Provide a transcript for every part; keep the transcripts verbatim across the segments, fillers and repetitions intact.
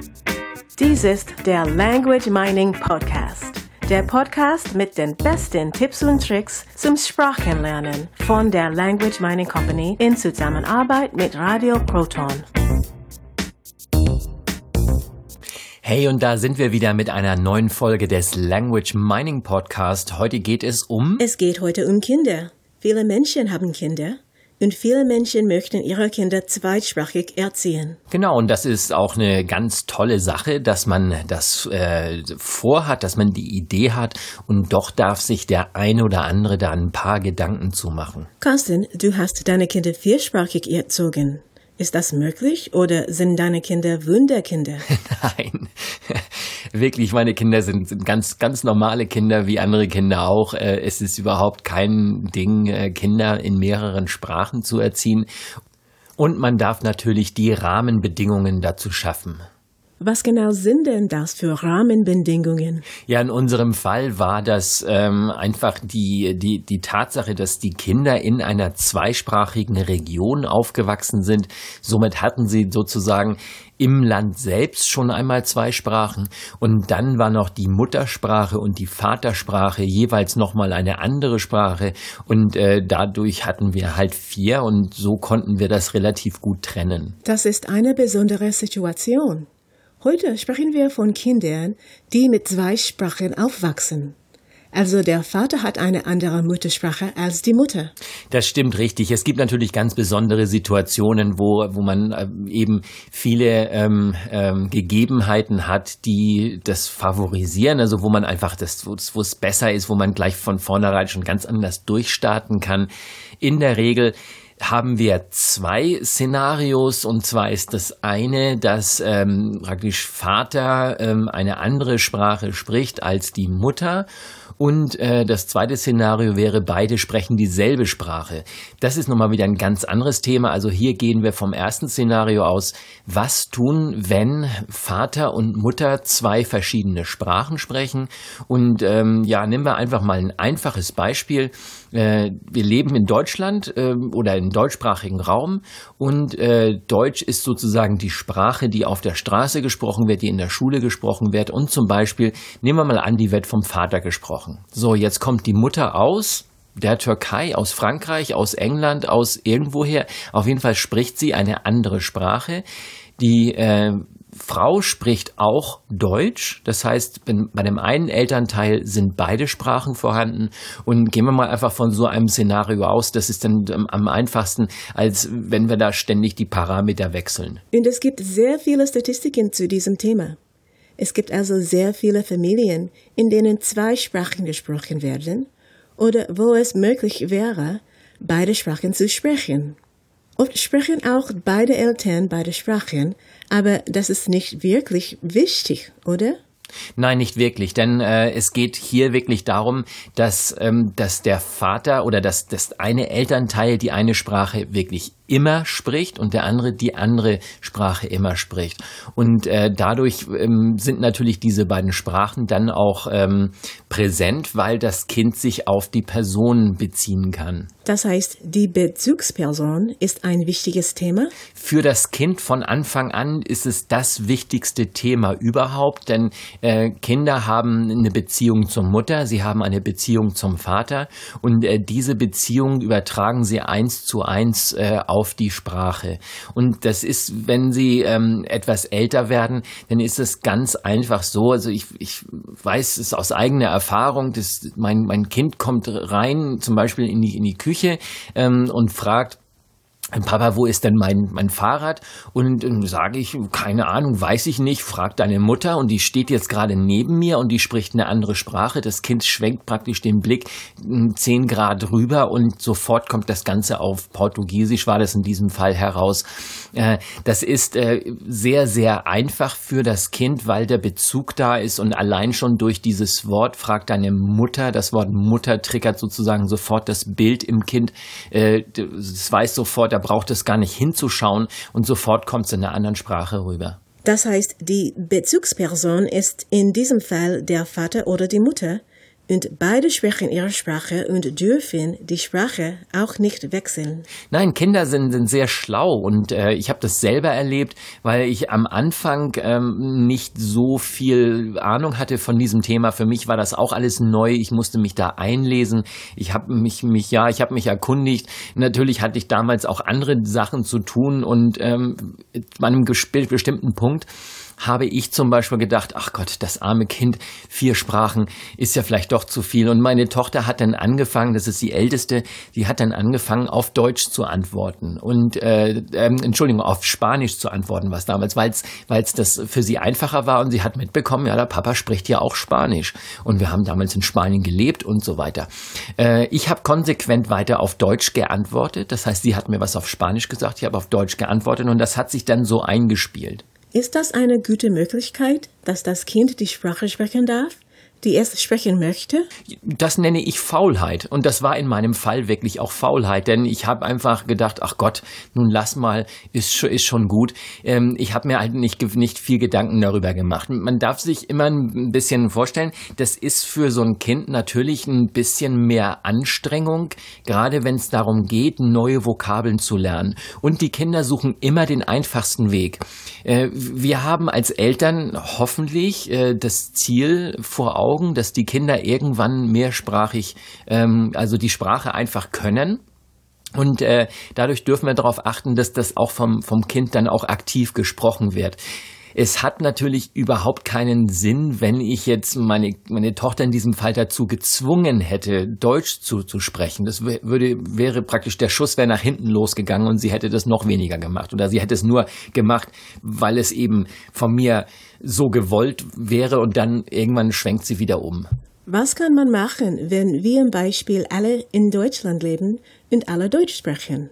Dies ist der Language Mining Podcast. Der Podcast mit den besten Tipps und Tricks zum Sprachenlernen von der Language Mining Company in Zusammenarbeit mit Radio Proton. Hey, und da sind wir wieder mit einer neuen Folge des Language Mining Podcast. Heute geht es um... Es geht heute um Kinder. Viele Menschen haben Kinder. Und viele Menschen möchten ihre Kinder zweitsprachig erziehen. Genau, und das ist auch eine ganz tolle Sache, dass man das äh, vorhat, dass man die Idee hat. Und doch darf sich der eine oder andere da ein paar Gedanken zu machen. Carsten, du hast deine Kinder viersprachig erzogen. Ist das möglich oder sind deine Kinder Wunderkinder? Nein, wirklich, meine Kinder sind, sind ganz, ganz normale Kinder, wie andere Kinder auch. Es ist überhaupt kein Ding, Kinder in mehreren Sprachen zu erziehen. Und man darf natürlich die Rahmenbedingungen dazu schaffen. Was genau sind denn das für Rahmenbedingungen? Ja, in unserem Fall war das ähm, einfach die, die, die Tatsache, dass die Kinder in einer zweisprachigen Region aufgewachsen sind. Somit hatten sie sozusagen im Land selbst schon einmal zwei Sprachen. Und dann war noch die Muttersprache und die Vatersprache jeweils nochmal eine andere Sprache. Und äh, dadurch hatten wir halt vier und so konnten wir das relativ gut trennen. Das ist eine besondere Situation. Heute sprechen wir von Kindern, die mit zwei Sprachen aufwachsen. Also der Vater hat eine andere Muttersprache als die Mutter. Das stimmt richtig. Es gibt natürlich ganz besondere Situationen, wo, wo man äh, eben viele ähm, ähm, Gegebenheiten hat, die das favorisieren. Also wo man einfach, das, wo es, wo es besser ist, wo man gleich von vornherein schon ganz anders durchstarten kann. In der Regel haben wir zwei Szenarios, und zwar ist das eine, dass ähm, praktisch Vater ähm, eine andere Sprache spricht als die Mutter, und äh, das zweite Szenario wäre, beide sprechen dieselbe Sprache. Das ist nochmal wieder ein ganz anderes Thema. Also hier gehen wir vom ersten Szenario aus. Was tun, wenn Vater und Mutter zwei verschiedene Sprachen sprechen? Und ähm, ja, nehmen wir einfach mal ein einfaches Beispiel. Äh, wir leben in Deutschland äh, oder im deutschsprachigen Raum, und äh, Deutsch ist sozusagen die Sprache, die auf der Straße gesprochen wird, die in der Schule gesprochen wird, und zum Beispiel, nehmen wir mal an, die wird vom Vater gesprochen. So, jetzt kommt die Mutter aus der Türkei, aus Frankreich, aus England, aus irgendwoher. Auf jeden Fall spricht sie eine andere Sprache. Die äh, Frau spricht auch Deutsch, das heißt, bei dem einen Elternteil sind beide Sprachen vorhanden, und gehen wir mal einfach von so einem Szenario aus, das ist dann am einfachsten, als wenn wir da ständig die Parameter wechseln. Und es gibt sehr viele Statistiken zu diesem Thema. Es gibt also sehr viele Familien, in denen zwei Sprachen gesprochen werden oder wo es möglich wäre, beide Sprachen zu sprechen. Oft sprechen auch beide Eltern beide Sprachen, aber das ist nicht wirklich wichtig, oder? Nein, nicht wirklich, denn äh, es geht hier wirklich darum, dass, ähm, dass der Vater oder dass das eine Elternteil die eine Sprache wirklich immer spricht und der andere die andere Sprache immer spricht. Und äh, dadurch ähm, sind natürlich diese beiden Sprachen dann auch ähm, präsent, weil das Kind sich auf die Person beziehen kann. Das heißt, die Bezugsperson ist ein wichtiges Thema? Für das Kind von Anfang an ist es das wichtigste Thema überhaupt, denn äh, Kinder haben eine Beziehung zur Mutter, sie haben eine Beziehung zum Vater, und äh, diese Beziehung übertragen sie eins zu eins äh, auf die Sprache. Und das ist, wenn sie ähm, etwas älter werden, dann ist es ganz einfach so, also ich, ich weiß es aus eigener Erfahrung, dass mein, mein Kind kommt rein, zum Beispiel in die, in die Küche ähm, und fragt: Papa, wo ist denn mein, mein Fahrrad? Und dann sage ich, keine Ahnung, weiß ich nicht, frag deine Mutter, und die steht jetzt gerade neben mir und die spricht eine andere Sprache. Das Kind schwenkt praktisch den Blick zehn Grad rüber und sofort kommt das Ganze auf Portugiesisch, war das in diesem Fall, heraus. Das ist sehr, sehr einfach für das Kind, weil der Bezug da ist, und allein schon durch dieses Wort, frag deine Mutter, das Wort Mutter triggert sozusagen sofort das Bild im Kind. Es weiß sofort, da braucht es gar nicht hinzuschauen, und sofort kommt es in einer anderen Sprache rüber. Das heißt, die Bezugsperson ist in diesem Fall der Vater oder die Mutter, Und beide sprechen ihre Sprache und dürfen die Sprache auch nicht wechseln. Nein, Kinder sind, sind sehr schlau und äh, ich habe das selber erlebt, weil ich am Anfang ähm, nicht so viel Ahnung hatte von diesem Thema. Für mich war das auch alles neu. Ich musste mich da einlesen. Ich habe mich, mich, ja, ich habe mich erkundigt. Natürlich hatte ich damals auch andere Sachen zu tun und ähm, an einem bestimmten Punkt habe ich zum Beispiel gedacht, ach Gott, das arme Kind, vier Sprachen ist ja vielleicht doch zu viel. Und meine Tochter hat dann angefangen, das ist die Älteste, die hat dann angefangen, auf Deutsch zu antworten. Und, äh, äh, Entschuldigung, auf Spanisch zu antworten, was damals, weil es weil es das für sie einfacher war. Und sie hat mitbekommen, ja, der Papa spricht ja auch Spanisch. Und wir haben damals in Spanien gelebt und so weiter. Äh, ich habe konsequent weiter auf Deutsch geantwortet. Das heißt, sie hat mir was auf Spanisch gesagt, ich habe auf Deutsch geantwortet und das hat sich dann so eingespielt. Ist das eine gute Möglichkeit, dass das Kind die Sprache sprechen darf, die es sprechen möchte? Das nenne ich Faulheit. Und das war in meinem Fall wirklich auch Faulheit. Denn ich habe einfach gedacht, ach Gott, nun lass mal, ist, ist schon gut. Ähm, ich habe mir halt nicht, nicht viel Gedanken darüber gemacht. Man darf sich immer ein bisschen vorstellen, das ist für so ein Kind natürlich ein bisschen mehr Anstrengung, gerade wenn es darum geht, neue Vokabeln zu lernen. Und die Kinder suchen immer den einfachsten Weg. Äh, wir haben als Eltern hoffentlich äh, das Ziel vor Augen, dass die Kinder irgendwann mehrsprachig, ähm, also die Sprache einfach können. Und äh, dadurch dürfen wir darauf achten, dass das auch vom, vom Kind dann auch aktiv gesprochen wird. Es hat natürlich überhaupt keinen Sinn, wenn ich jetzt meine, meine Tochter in diesem Fall dazu gezwungen hätte, Deutsch zu, zu sprechen. Das würde, wäre praktisch, der Schuss wäre nach hinten losgegangen und sie hätte das noch weniger gemacht. Oder sie hätte es nur gemacht, weil es eben von mir so gewollt wäre und dann irgendwann schwenkt sie wieder um. Was kann man machen, wenn wir im Beispiel alle in Deutschland leben und alle Deutsch sprechen?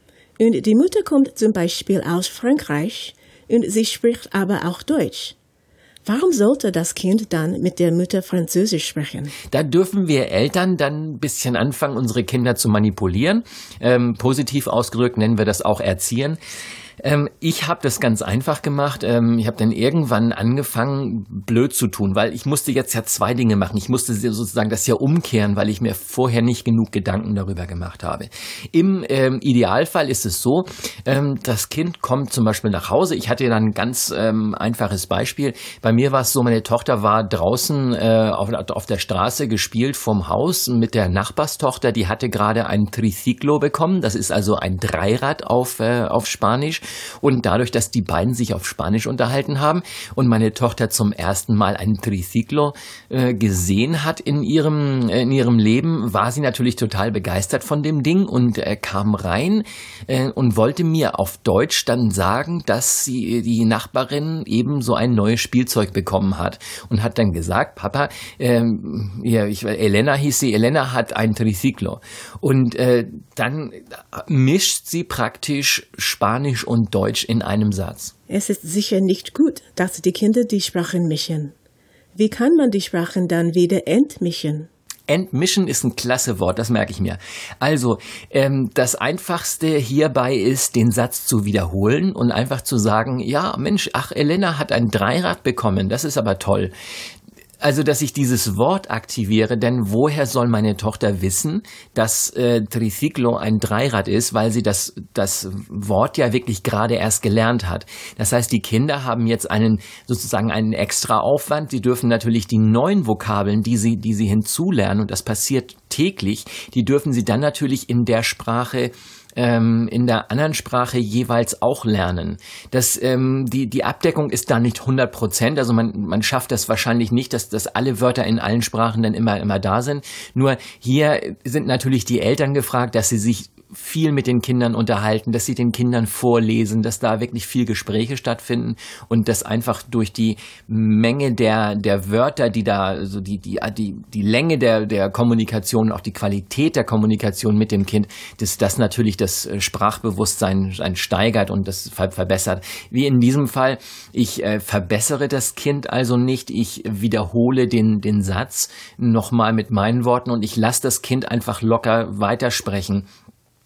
Und die Mutter kommt zum Beispiel aus Frankreich und sie spricht aber auch Deutsch. Warum sollte das Kind dann mit der Mutter Französisch sprechen? Da dürfen wir Eltern dann ein bisschen anfangen, unsere Kinder zu manipulieren. Ähm, positiv ausgedrückt nennen wir das auch Erziehen. Ähm, ich habe das ganz einfach gemacht. Ähm, ich habe dann irgendwann angefangen, blöd zu tun, weil ich musste jetzt ja zwei Dinge machen. Ich musste sozusagen das ja umkehren, weil ich mir vorher nicht genug Gedanken darüber gemacht habe. Im ähm, Idealfall ist es so, ähm, das Kind kommt zum Beispiel nach Hause. Ich hatte dann ein ganz ähm, einfaches Beispiel. Bei mir war es so, meine Tochter war draußen äh, auf, auf der Straße gespielt vom Haus mit der Nachbarstochter. Die hatte gerade ein Triciclo bekommen. Das ist also ein Dreirad auf, äh, auf Spanisch. Und dadurch, dass die beiden sich auf Spanisch unterhalten haben und meine Tochter zum ersten Mal ein Triciclo äh, gesehen hat in ihrem, äh, in ihrem Leben, war sie natürlich total begeistert von dem Ding und äh, kam rein äh, und wollte mir auf Deutsch dann sagen, dass sie, die Nachbarin eben so ein neues Spielzeug bekommen hat und hat dann gesagt, Papa, äh, ja, ich, Elena hieß sie, Elena hat ein Triciclo. Und äh, dann mischt sie praktisch Spanisch und und Deutsch in einem Satz. Es ist sicher nicht gut, dass die Kinder die Sprachen mischen. Wie kann man die Sprachen dann wieder entmischen? Entmischen ist ein klasse Wort, das merke ich mir. Also, ähm, das Einfachste hierbei ist, den Satz zu wiederholen und einfach zu sagen, ja, Mensch, ach, Elena hat ein Dreirad bekommen, das ist aber toll. Also, dass ich dieses Wort aktiviere, denn woher soll meine Tochter wissen, dass äh, Triciclo ein Dreirad ist, weil sie das, das Wort ja wirklich gerade erst gelernt hat. Das heißt, die Kinder haben jetzt einen, sozusagen einen extra Aufwand. Sie dürfen natürlich die neuen Vokabeln, die sie, die sie hinzulernen, und das passiert täglich, die dürfen sie dann natürlich in der Sprache Ähm, in der anderen Sprache jeweils auch lernen. Das, ähm, die, die Abdeckung ist da nicht hundert Prozent, also man, man schafft das wahrscheinlich nicht, dass, dass alle Wörter in allen Sprachen dann immer, immer da sind. Nur hier sind natürlich die Eltern gefragt, dass sie sich viel mit den Kindern unterhalten, dass sie den Kindern vorlesen, dass da wirklich viel Gespräche stattfinden und dass einfach durch die Menge der, der Wörter, die da, also die, die, die, die Länge der, der Kommunikation, auch die Qualität der Kommunikation mit dem Kind, dass das natürlich das Sprachbewusstsein steigert und das verbessert. Wie in diesem Fall, ich äh, verbessere das Kind also nicht, ich wiederhole den, den Satz nochmal mit meinen Worten und ich lasse das Kind einfach locker weitersprechen.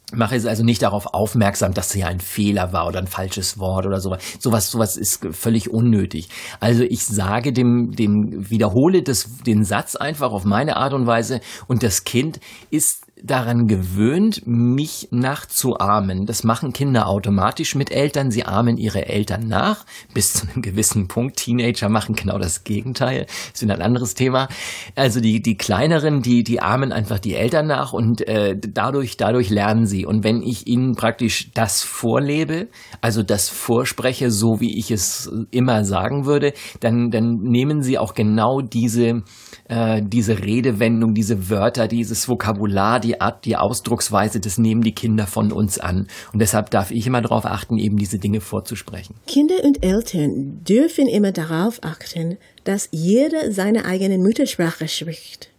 mache es also nicht darauf aufmerksam, dass hier ein Fehler war oder ein falsches Wort oder sowas. Sowas, sowas ist völlig unnötig. Also ich sage dem, dem wiederhole das, den Satz einfach auf meine Art und Weise und das Kind ist daran gewöhnt, mich nachzuahmen. Das machen Kinder automatisch mit Eltern. Sie ahmen ihre Eltern nach, bis zu einem gewissen Punkt. Teenager machen genau das Gegenteil. Das ist wieder ein anderes Thema. Also die, die Kleineren, die, die ahmen einfach die Eltern nach und äh, dadurch, dadurch lernen sie. Und wenn ich ihnen praktisch das vorlebe, also das vorspreche, so wie ich es immer sagen würde, dann, dann nehmen sie auch genau diese, äh, diese Redewendung, diese Wörter, dieses Vokabular, die Art, die Ausdrucksweise, das nehmen die Kinder von uns an. Und deshalb darf ich immer darauf achten, eben diese Dinge vorzusprechen. Kinder und Eltern dürfen immer darauf achten, dass jeder seine eigene Muttersprache spricht.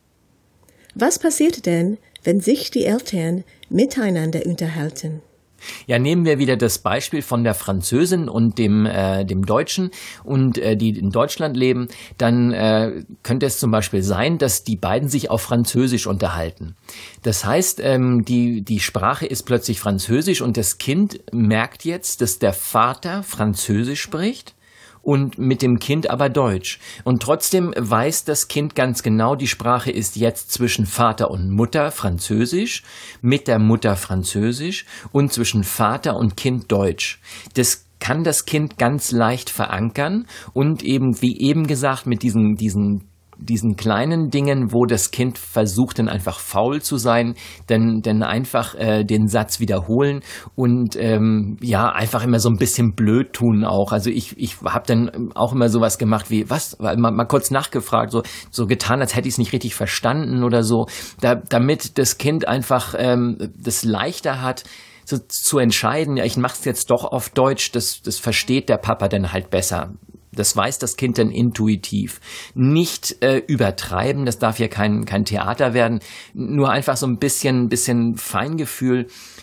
Was passiert denn, wenn sich die Eltern miteinander unterhalten? Ja, nehmen wir wieder das Beispiel von der Französin und dem, äh, dem Deutschen und äh, die in Deutschland leben, dann äh, könnte es zum Beispiel sein, dass die beiden sich auf Französisch unterhalten. Das heißt, ähm, die, die Sprache ist plötzlich Französisch und das Kind merkt jetzt, dass der Vater Französisch spricht und mit dem Kind aber Deutsch. Und trotzdem weiß das Kind ganz genau, die Sprache ist jetzt zwischen Vater und Mutter Französisch, mit der Mutter Französisch und zwischen Vater und Kind Deutsch. Das kann das Kind ganz leicht verankern und eben, wie eben gesagt, mit diesen, diesen diesen kleinen Dingen, wo das Kind versucht, dann einfach faul zu sein, dann, dann einfach äh, den Satz wiederholen und ähm, ja, einfach immer so ein bisschen blöd tun auch. Also ich, ich habe dann auch immer sowas gemacht wie, was, mal, mal kurz nachgefragt, so, so getan, als hätte ich es nicht richtig verstanden oder so, da, damit das Kind einfach ähm, das leichter hat, so, zu entscheiden, ja, ich mache es jetzt doch auf Deutsch, das, das versteht der Papa dann halt besser. Das weiß das Kind dann intuitiv. Nicht äh, übertreiben, das darf ja kein, kein Theater werden, nur einfach so ein bisschen, bisschen Feingefühl.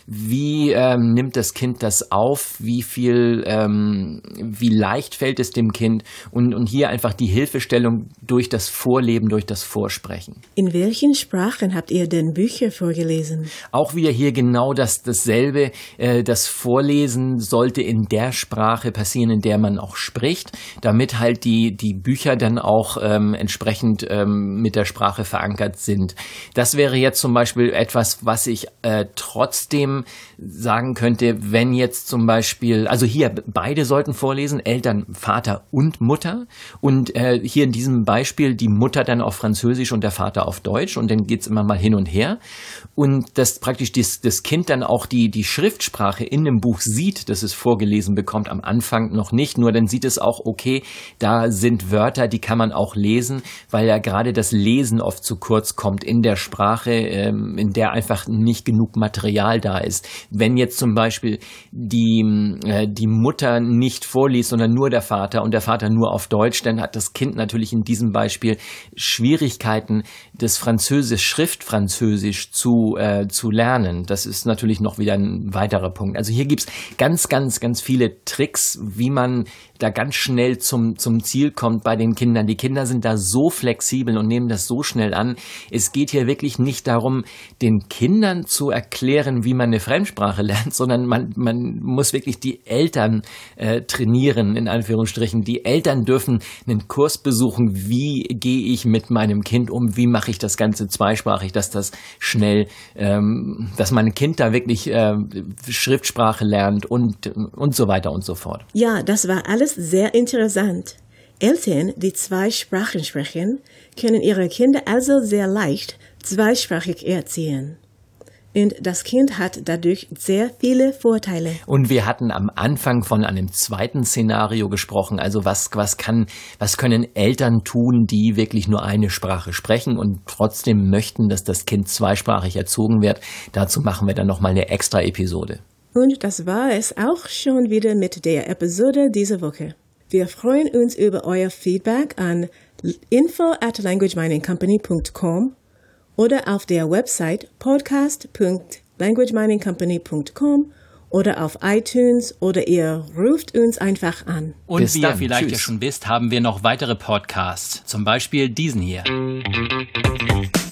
Wie ähm, nimmt das Kind das auf? Wie viel, ähm, wie leicht fällt es dem Kind? Und, und hier einfach die Hilfestellung durch das Vorleben, durch das Vorsprechen. In welchen Sprachen habt ihr denn Bücher vorgelesen? Auch wieder hier genau das, dasselbe. Äh, das Vorlesen sollte in der Sprache passieren, in der man auch spricht, damit halt die, die Bücher dann auch ähm, entsprechend ähm, mit der Sprache verankert sind. Das wäre jetzt zum Beispiel etwas, was ich äh, trotzdem sagen könnte, wenn jetzt zum Beispiel, also hier beide sollten vorlesen, Eltern, Vater und Mutter und äh, hier in diesem Beispiel die Mutter dann auf Französisch und der Vater auf Deutsch und dann geht's immer mal hin und her und dass praktisch das, das Kind dann auch die, die Schriftsprache in dem Buch sieht, dass es vorgelesen bekommt, am Anfang noch nicht, nur dann sieht es auch, okay, da sind Wörter, die kann man auch lesen, weil ja gerade das Lesen oft zu kurz kommt in der Sprache, ähm, in der einfach nicht genug Material da ist. Wenn jetzt zum Beispiel die, äh, die Mutter nicht vorliest, sondern nur der Vater und der Vater nur auf Deutsch, dann hat das Kind natürlich in diesem Beispiel Schwierigkeiten, das Französisch, Schriftfranzösisch zu, äh, zu lernen. Das ist natürlich noch wieder ein weiterer Punkt. Also hier gibt's ganz, ganz, ganz viele Tricks, wie man da ganz schnell zum, zum Ziel kommt bei den Kindern. Die Kinder sind da so flexibel und nehmen das so schnell an. Es geht hier wirklich nicht darum, den Kindern zu erklären, wie man eine Fremdsprache lernt, sondern man, man muss wirklich die Eltern äh, trainieren, in Anführungsstrichen. Die Eltern dürfen einen Kurs besuchen, wie gehe ich mit meinem Kind um, wie mache ich das Ganze zweisprachig, dass das schnell, ähm, dass mein Kind da wirklich äh, Schriftsprache lernt und, und so weiter und so fort. Ja, das war alles sehr interessant. Eltern, die zwei Sprachen sprechen, können ihre Kinder also sehr leicht zweisprachig erziehen. Und das Kind hat dadurch sehr viele Vorteile. Und wir hatten am Anfang von einem zweiten Szenario gesprochen. Also was, was kann, was können Eltern tun, die wirklich nur eine Sprache sprechen und trotzdem möchten, dass das Kind zweisprachig erzogen wird? Dazu machen wir dann nochmal eine extra Episode. Und das war es auch schon wieder mit der Episode dieser Woche. Wir freuen uns über euer Feedback an info at language mining company dot com oder auf der Website podcast dot language mining company dot com oder auf iTunes oder ihr ruft uns einfach an. Und Bis wie dann. ihr vielleicht Tschüss. ja schon wisst, haben wir noch weitere Podcasts. Zum Beispiel diesen hier.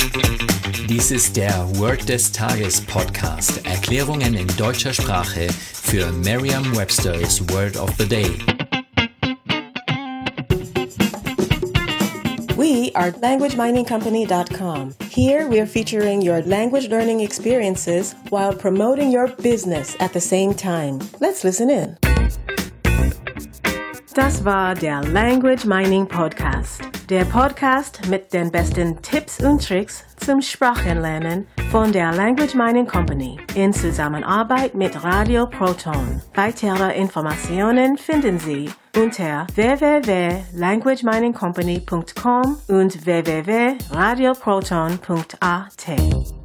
Dies ist der Word des Tages Podcast. Erklärungen in deutscher Sprache für Merriam-Webster's Word of the Day. We are language mining company dot com. Here we are featuring your language learning experiences while promoting your business at the same time. Let's listen in. Das war der Language Mining Podcast. Der Podcast mit den besten Tipps und Tricks zum Sprachenlernen von der Language Mining Company in Zusammenarbeit mit Radio Proton. Weitere Informationen finden Sie unter w w w punkt language mining company punkt com und w w w punkt radio proton punkt a t.